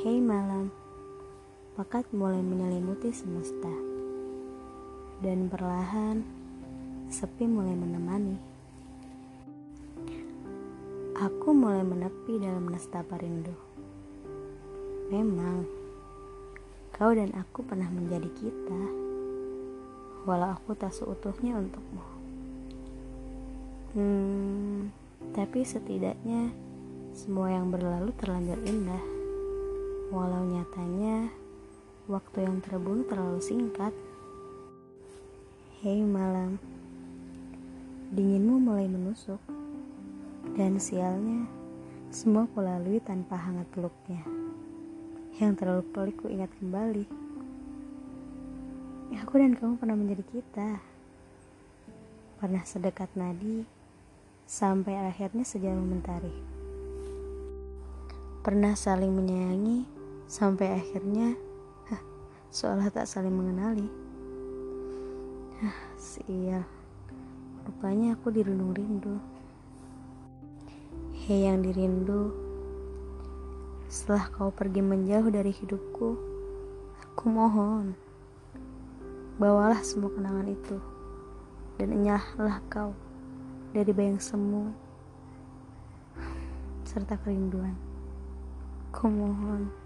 Hei malam, pekat mulai menyelimuti semesta, dan perlahan sepi mulai menemani. Aku mulai menepi dalam nestapa rindu. Memang, kau dan aku pernah menjadi kita, walau aku tak seutuhnya untukmu. Tapi setidaknya semua yang berlalu terlanjur indah. Walau nyatanya waktu yang terbunuh terlalu singkat. Hei malam, dinginmu mulai menusuk, dan sialnya semua kulalui tanpa hangat peluknya. Yang terlalu pelik ku ingat kembali. Aku dan kamu pernah menjadi kita. Pernah sedekat nadi, sampai akhirnya sejauh mentari. Pernah saling menyayangi, sampai akhirnya seolah tak saling mengenali. Sial, rupanya aku dirundung rindu. Hei yang dirindu, setelah kau pergi menjauh dari hidupku, aku mohon, bawalah semua kenangan itu, dan enyahlah kau dari bayang semu serta kerinduan. Aku mohon.